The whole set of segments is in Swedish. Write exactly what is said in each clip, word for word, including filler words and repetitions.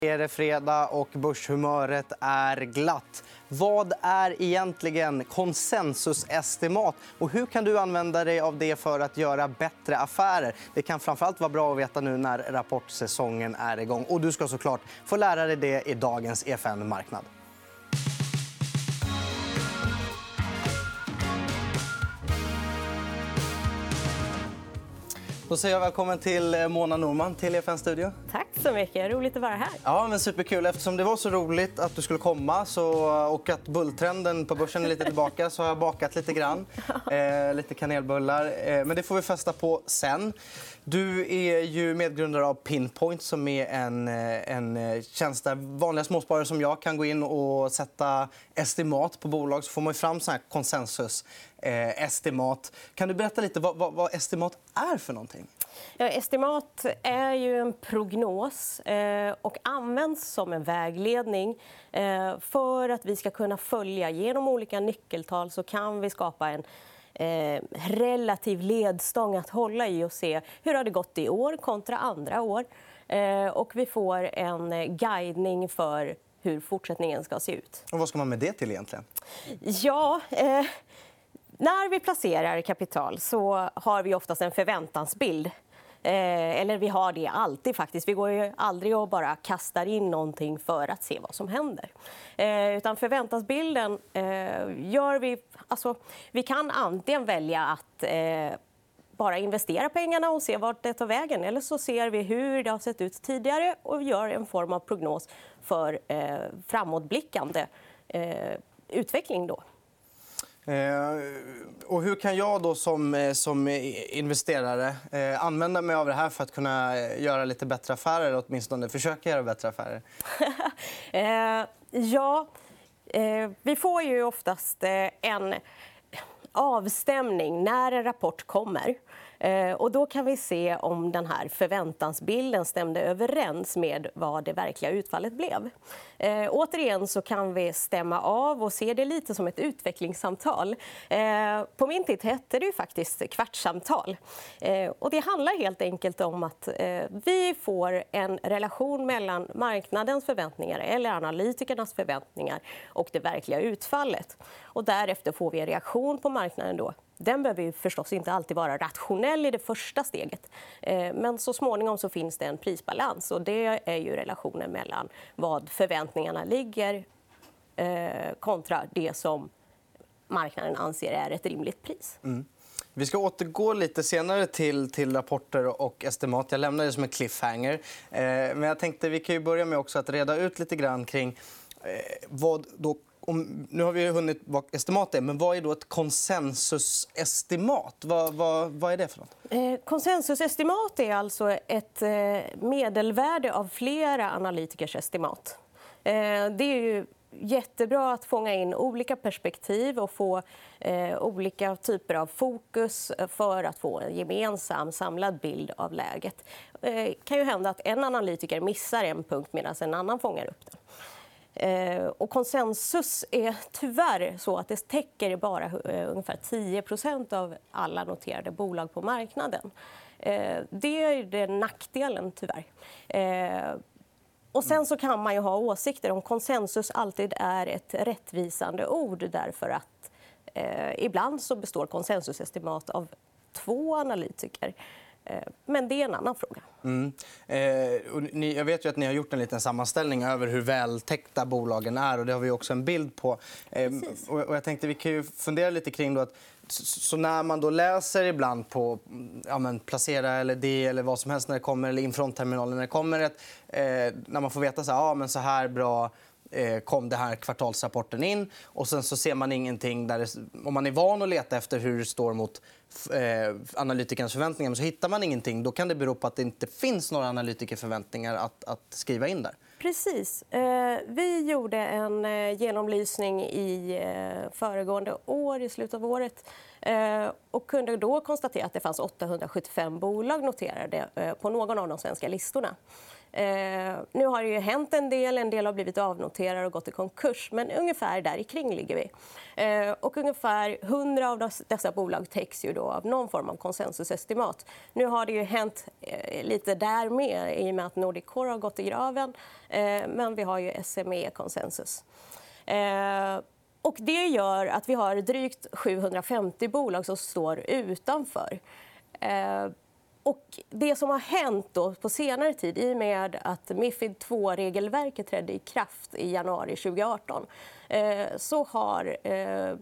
Är det fredag och börshumöret är glatt. Vad är egentligen konsensusestimat och hur kan du använda dig av det för att göra bättre affärer? Det kan framförallt vara bra att veta nu när rapportsäsongen är igång. Och du ska såklart få lära dig det i dagens E F N-marknad. Då säger jag välkommen till Mona Norman till E F N-studio. Tack så mycket. Roligt att vara här. Ja, men superkul. Eftersom det var så roligt att du skulle komma så, och att bulltrenden på börsen är lite tillbaka så har jag bakat lite grann. Eh, lite kanelbullar. Eh, men det får vi festa på sen. Du är ju medgrundare av Pinpoint som är en, en tjänst där vanliga småsparare som jag kan gå in och sätta estimat på bolag. Så får man ju fram sån här konsensus. Eh, estimat. Kan du berätta lite vad, vad, vad estimat är för någonting? Ja, estimat är ju en prognos eh, och används som en vägledning. Eh, för att vi ska kunna följa genom olika nyckeltal så kan vi skapa en eh, relativ ledstång att hålla i och se hur har det gått i år kontra andra år. Eh, och vi får en guidning för hur fortsättningen ska se ut. Och vad ska man med det till egentligen? Ja... Eh, När vi placerar kapital så har vi oftast en förväntansbild. Eh, eller vi har det alltid faktiskt. Vi går ju aldrig och bara kastar in någonting för att se vad som händer. Eh, utan förväntansbilden eh, gör vi... Alltså, vi kan antingen välja att eh, bara investera pengarna och se vart det tar vägen. Eller så ser vi hur det har sett ut tidigare och gör en form av prognos för eh, framåtblickande eh, utveckling då. Eh, och hur kan jag då som, som investerare eh, använda mig av det här för att kunna göra lite bättre affärer eller åtminstone försöka göra bättre affärer? eh, ja, eh, vi får ju oftast eh, en avstämning när en rapport kommer. Eh, och då kan vi se om den här förväntansbilden stämde överens med vad det verkliga utfallet blev. Eh, återigen så kan vi stämma av och se det lite som ett utvecklingssamtal. Eh, på min tid hette det ju faktiskt kvartssamtal. Eh, och det handlar helt enkelt om att eh, vi får en relation mellan marknadens förväntningar eller analytikernas förväntningar och det verkliga utfallet. Och därefter får vi en reaktion på marknaden då. Den behöver ju förstås inte alltid vara rationell i det första steget. Men så småningom så finns det en prisbalans. Och det är ju relationen mellan vad förväntningarna ligger kontra det som marknaden anser är ett rimligt pris. Mm. Vi ska återgå lite senare till, till rapporter och estimat. Jag lämnar det som en cliffhanger. Eh, men jag tänkte vi kan ju börja med också att reda ut lite grann kring eh, vad då Om, nu har vi hunnit vad estimat är, men vad är då ett konsensusestimat? Vad, vad, vad är det för något? Eh, konsensusestimat är alltså ett eh, medelvärde av flera analytikers estimat. Eh, det är ju jättebra att fånga in olika perspektiv och få eh, olika typer av fokus för att få en gemensam samlad bild av läget. Det eh, kan ju hända att en analytiker missar en punkt medan en annan fångar upp den. Och konsensus är tyvärr så att det täcker bara ungefär tio procent av alla noterade bolag på marknaden. Det är den nackdelen, tyvärr. Och sen så kan man ju ha åsikter om konsensus alltid är ett rättvisande ord därför att ibland så består konsensusestimat av två analytiker. Men det är en annan fråga. Mm. Eh, och ni, jag vet ju att ni har gjort en liten sammanställning över hur vältäckta bolagen är. Och det har vi också en bild på. Eh, och, och jag tänkte vi kan ju fundera lite kring då att så när man då läser ibland på ja, men placera eller det eller vad som helst när det kommer eller infrontterminalen när det kommer ett, eh, när man får veta så här, ja, men så här bra kom det här kvartalsrapporten in och sen så ser man ingenting där det, om man är van att leta efter hur det står mot eh, analytikernas förväntningar men så hittar man ingenting, då kan det bero på att det inte finns några analytikerförväntningar att, att skriva in där. Precis. Eh, vi gjorde en eh, genomlysning i eh, föregående år, i slutet av året eh, och kunde då konstatera att det fanns åttahundrasjuttiofem bolag noterade eh, på någon av de svenska listorna. Eh, nu har det ju hänt en del, en del har blivit avnoterade och gått i konkurs, men ungefär där i kring ligger vi. Eh, och ungefär hundra av dessa bolag täcks ju då av någon form av konsensusestimat. Nu har det ju hänt eh, lite där med i och med att Nordic Core har gått i graven, eh, men vi har ju S M E-konsensus. Eh, och det gör att vi har drygt sjuhundrafemtio bolag som står utanför. Eh, Och det som har hänt då på senare tid, i och med att MiFID två-regelverket trädde i kraft i januari tjugoarton, eh, så har eh,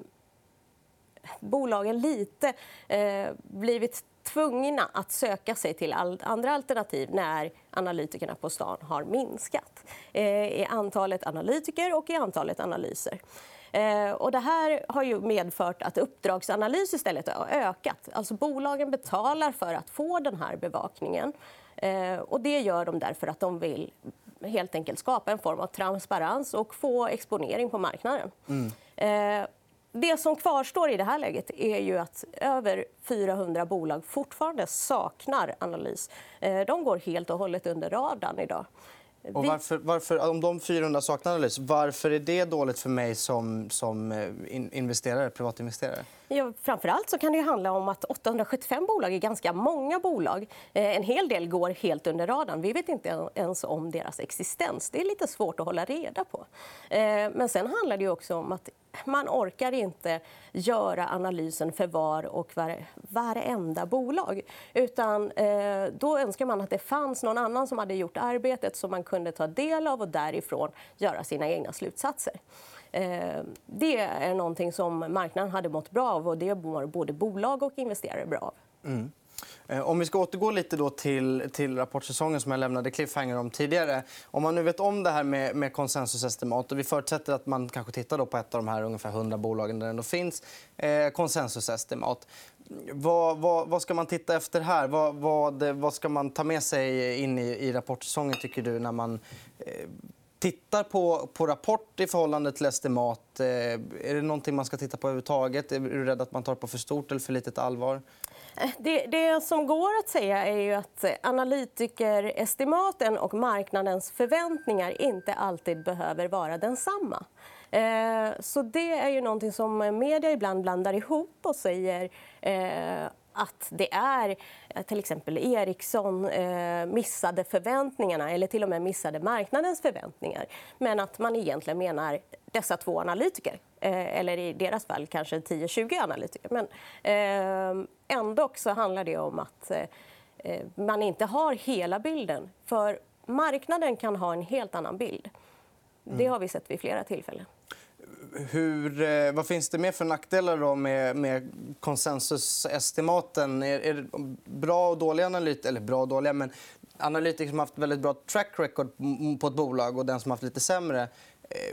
bolagen lite eh, blivit tvungna att söka sig till andra alternativ när analytikerna på stan har minskat eh, i antalet analytiker och i antalet analyser. Eh, och det här har ju medfört att uppdragsanalys istället har ökat. Alltså bolagen betalar för att få den här bevakningen. Eh, och det gör de därför att de vill helt enkelt skapa en form av transparens och få exponering på marknaden. Mm. Eh, det som kvarstår i det här läget är ju att över fyrahundra bolag fortfarande saknar analys. Eh, de går helt och hållet under radarn idag. Och varför, varför, om de fyrahundra saknar analys, varför är det dåligt för mig som, som investerare, privatinvesterare? Ja, framförallt så kan det handla om att åttahundrasjuttiofem bolag är ganska många bolag. En hel del går helt under radarn. Vi vet inte ens om deras existens. Det är lite svårt att hålla reda på. Men sen handlar det också om att man orkar inte göra analysen för var och var, varenda bolag. Utan eh, då önskar man att det fanns någon annan som hade gjort arbetet som man kunde ta del av och därifrån göra sina egna slutsatser. Eh, det är någonting som marknaden hade mått bra av och det mår både bolag och investerare bra av. Mm. Om vi ska återgå lite då till, till rapportsäsongen som jag lämnade cliffhanger om tidigare. Om man nu vet om det här med, med konsensusestimat och vi förutsätter att man kanske tittar då på ett av de här ungefär hundra bolagen där det ändå finns eh, konsensusestimat. Vad, vad, vad ska man titta efter här? Vad, vad, vad ska man ta med sig in i, i rapportsäsongen tycker du när man eh, tittar på, på rapport i förhållande till estimat? Eh, är det någonting man ska titta på överhuvudtaget? Är du rädd att man tar på för stort eller för litet allvar? Det, det som går att säga är ju att analytikerestimaten och marknadens förväntningar inte alltid behöver vara densamma. Eh, så det är ju någonting som media ibland blandar ihop och säger eh, att det är till exempel Ericsson eh, missade förväntningarna eller till och med missade marknadens förväntningar. Men att man egentligen menar dessa två analytiker. Eh, eller i deras fall kanske tio tjugo analytiker. Men eh, ändå så handlar det om att eh, man inte har hela bilden. För marknaden kan ha en helt annan bild. Det har vi sett vid flera tillfällen. Hur, vad finns det mer för nackdelar då med, med konsensusestimaten? Är, är det bra och dåliga analytiker, eller bra och dåliga, men analytiker som har haft väldigt bra track record på ett bolag och den som har haft lite sämre, eh,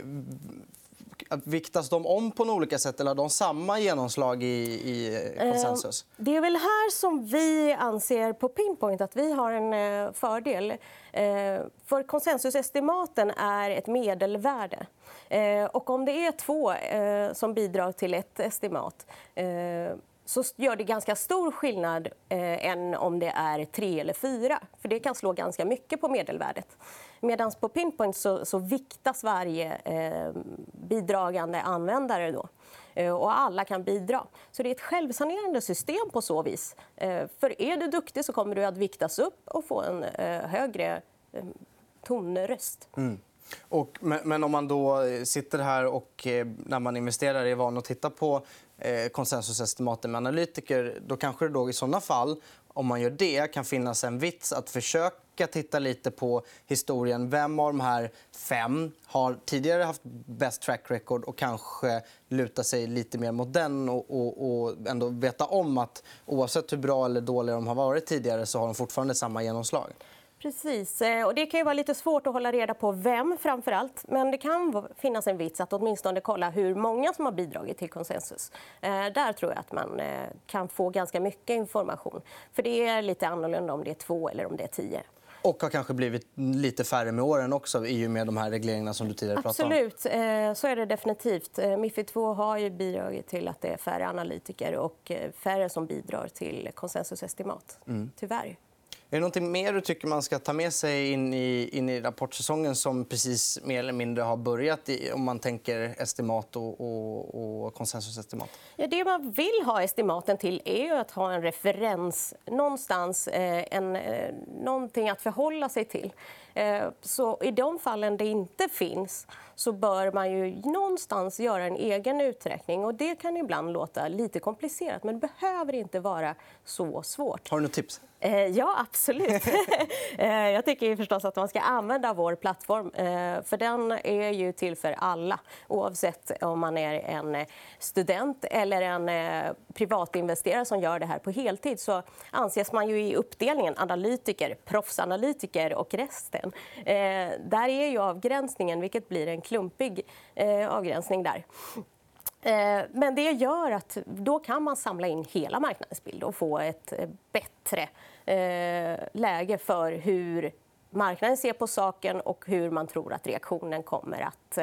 viktas de om på något olika sätt eller har de samma genomslag i, i konsensus? Eh, det är väl här som vi anser på Pinpoint att vi har en eh, fördel. Eh, för konsensusestimaten är ett medelvärde. Eh, och om det är två eh, som bidrar till ett estimat eh, så gör det ganska stor skillnad eh, än om det är tre eller fyra. För det kan slå ganska mycket på medelvärdet. Medan på Pinpoint så, så viktas varje eh, bidragande användare då. Eh, och alla kan bidra. Så det är ett självsanerande system på så vis. Eh, för är du duktig så kommer du att viktas upp och få en eh, högre eh, tonröst. Mm. Och, men om man då sitter här och eh, när man investerar är van att titta på eh, konsensusestimaten med analytiker, då kanske det då i sådana fall, om man gör det, kan finnas en vits att försöka titta lite på historien. Vem av de här fem har tidigare haft best track record och kanske luta sig lite mer mot den och, och, och ändå veta om att oavsett hur bra eller dåliga de har varit tidigare så har de fortfarande samma genomslag. Precis. Och det kan ju vara lite svårt att hålla reda på vem framför allt. Men det kan finnas en vits att åtminstone kolla hur många som har bidragit till konsensus. Där tror jag att man kan få ganska mycket information. För det är lite annorlunda om det är två eller om det är tio. Och har kanske blivit lite färre med åren också i och med de här regleringarna som du tidigare pratade om. Absolut, så är det definitivt. MiFID två har ju bidragit till att det är färre analytiker och färre som bidrar till konsensusestimat. Mm. Tyvärr. det någonting mer du tycker man ska ta med sig in i, in i rapportsäsongen som precis mer eller mindre har börjat i, om man tänker estimat och, och, och konsensusestimat? Ja, det man vill ha estimaten till är ju att ha en referens någonstans, eh, en, eh, någonting att förhålla sig till. Eh, så i de fallen det inte finns så bör man ju någonstans göra en egen uträkning. Och det kan ibland låta lite komplicerat, men det behöver inte vara så svårt. Har du något tips? Eh, ja, absolut. eh, jag tycker förstås att man ska använda vår plattform. Eh, för den är ju till för alla, oavsett om man är en student eller en eh, privatinvesterare som gör det här på heltid. Så anses man ju i uppdelningen analytiker, proffsanalytiker och resten. Eh, där är ju avgränsningen, vilket blir en klumpig eh, avgränsning där. Men det gör att då kan man samla in hela marknadens bild och få ett bättre läge för hur marknaden ser på saken och hur man tror att reaktionen kommer att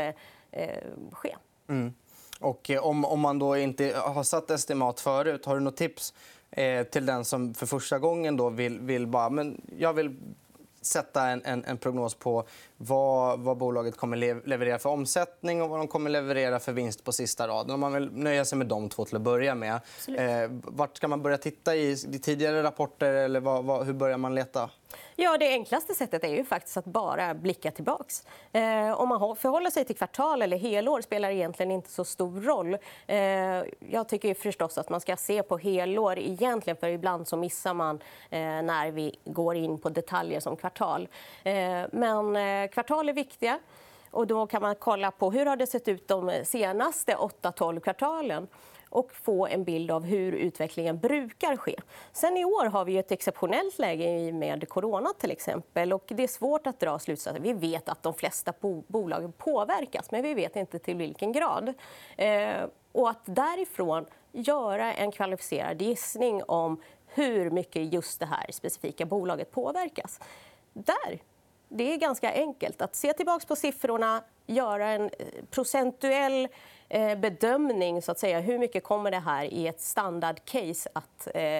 ske. Mm. Och om, om man då inte har satt estimat förut, har du något tips till den som för första gången då vill, vill bara, men jag vill sätta en, en, en prognos på vad, vad bolaget kommer leverera för omsättning och vad de kommer leverera för vinst på sista raden. Om man vill nöja sig med de två till att börja med. Eh, vart ska man börja titta i, i tidigare rapporter eller vad, vad, hur börjar man leta? Ja, det enklaste sättet är ju faktiskt att bara blicka tillbaks. Eh, om man förhåller sig till kvartal eller helår spelar egentligen inte så stor roll. Eh, jag tycker ju förstås att man ska se på helår egentligen, för ibland så missar man eh, när vi går in på detaljer som kvartal. Eh, men eh, kvartal är viktiga. Och då kan man kolla på hur har det sett ut de senaste åtta tolv kvartalen och få en bild av hur utvecklingen brukar ske. Sen i år har vi ett exceptionellt läge med corona till exempel, och det är svårt att dra slutsatser. Vi vet att de flesta bolagen påverkas, men vi vet inte till vilken grad. Eh, och att därifrån göra en kvalificerad gissning om hur mycket just det här specifika bolaget påverkas. Där, det är ganska enkelt att se tillbaka på siffrorna, göra en procentuell bedömning, så att säga. Hur mycket kommer det här i ett standardcase att eh,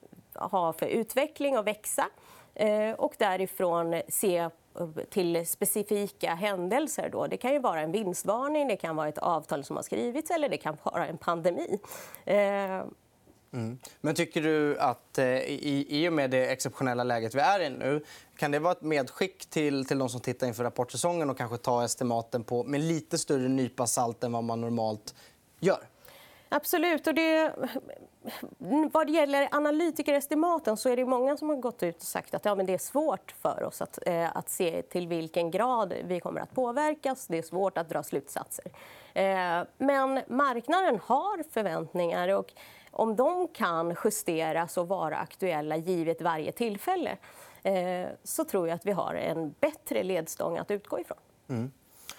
ha för utveckling och växa? Eh, och därifrån se till specifika händelser. Då. Det kan ju vara en vinstvarning, det kan vara ett avtal som har skrivits eller det kan vara en pandemi. Eh, Mm. Men tycker du att eh, i, i och med det exceptionella läget vi är i nu, kan det vara ett medskick till, till de som tittar inför rapportsäsongen och kanske ta estimaten på med lite större nypa salt än vad man normalt gör? Absolut. Och det, vad det gäller analytikerestimaten så är det många som har gått ut och sagt att ja, men det är svårt för oss att, eh, att se till vilken grad vi kommer att påverkas. Det är svårt att dra slutsatser. Eh, men marknaden har förväntningar, och om de kan justeras och vara aktuella givet varje tillfälle eh, så tror jag att vi har en bättre ledstång att utgå ifrån. Mm.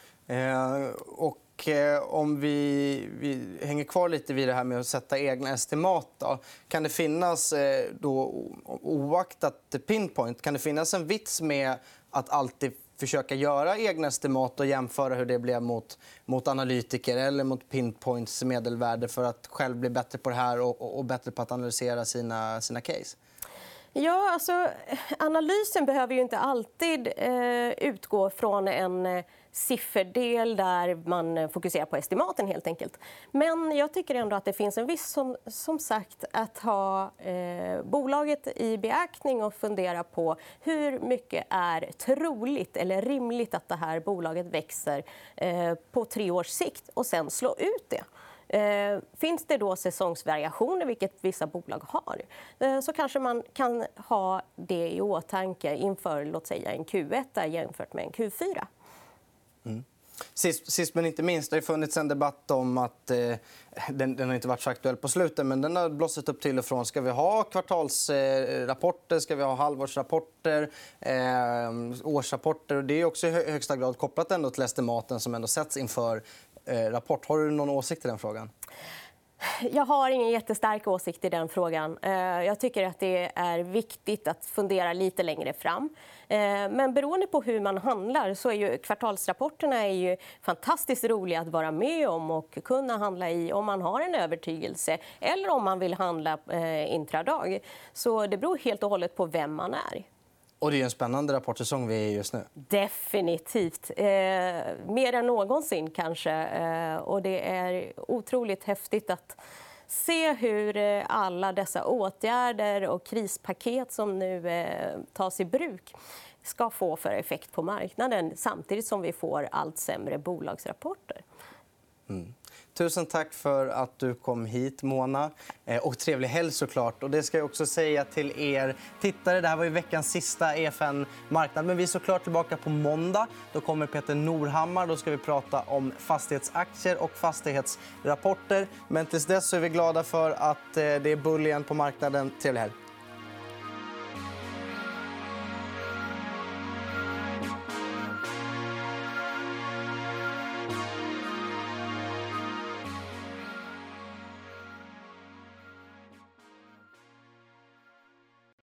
Eh, och eh, om vi, vi hänger kvar lite vid det här med att sätta egna estimat då, kan det finnas eh, då, oaktat pinpoint, kan det finnas en vits med att alltid försöka göra egna estimat och jämföra hur det blev mot, mot analytiker eller mot pinpoints medelvärde för att själv bli bättre på det här och, och, och bättre på att analysera sina, sina case? Ja, alltså, analysen behöver ju inte alltid eh, utgå från en eh, sifferdel där man fokuserar på estimaten helt enkelt. Men jag tycker ändå att det finns en viss, som, som sagt, att ha eh, bolaget i beaktning och fundera på hur mycket är troligt eller rimligt att det här bolaget växer eh, på tre års sikt och sen slå ut det. Eh, finns det då säsongsvariationer, vilket vissa bolag har, eh, så kanske man kan ha det i åtanke inför, låt säga, en Q ett jämfört med en Q fyra. Mm. Sist, sist men inte minst, det har funnits en debatt om att eh, den, den har inte varit så aktuell på slutet, men den har blossat upp till och från. Ska vi ha kvartalsrapporter, eh, ska vi ha halvårsrapporter, eh, årsrapporter? Och det är också i högsta grad kopplat ändå till estimaten som ändå sätts inför eh, rapport. Har du någon åsikt i den frågan? Jag har ingen jättestark åsikt i den frågan. Jag tycker att det är viktigt att fundera lite längre fram. Men beroende på hur man handlar så är ju kvartalsrapporterna är ju fantastiskt roliga att vara med om och kunna handla i om man har en övertygelse eller om man vill handla intradag. Så det beror helt och hållet på vem man är. Och det är en spännande rapportsäsong vi är i just nu. Definitivt. Eh, mer än någonsin kanske. Eh, och det är otroligt häftigt att se hur eh, alla dessa åtgärder och krispaket som nu eh, tas i bruk ska få för effekt på marknaden samtidigt som vi får allt sämre bolagsrapporter. Mm. Tusen tack för att du kom hit, Mona. Eh, och trevlig helg såklart. Och det ska jag också säga till er tittare. Det här var ju veckans sista E F N-marknad. Men vi är såklart tillbaka på måndag. Då kommer Peter Norhammar. Då ska vi prata om fastighetsaktier och fastighetsrapporter. Men tills dess så är vi glada för att eh, det är bull igen på marknaden. Trevlig helg.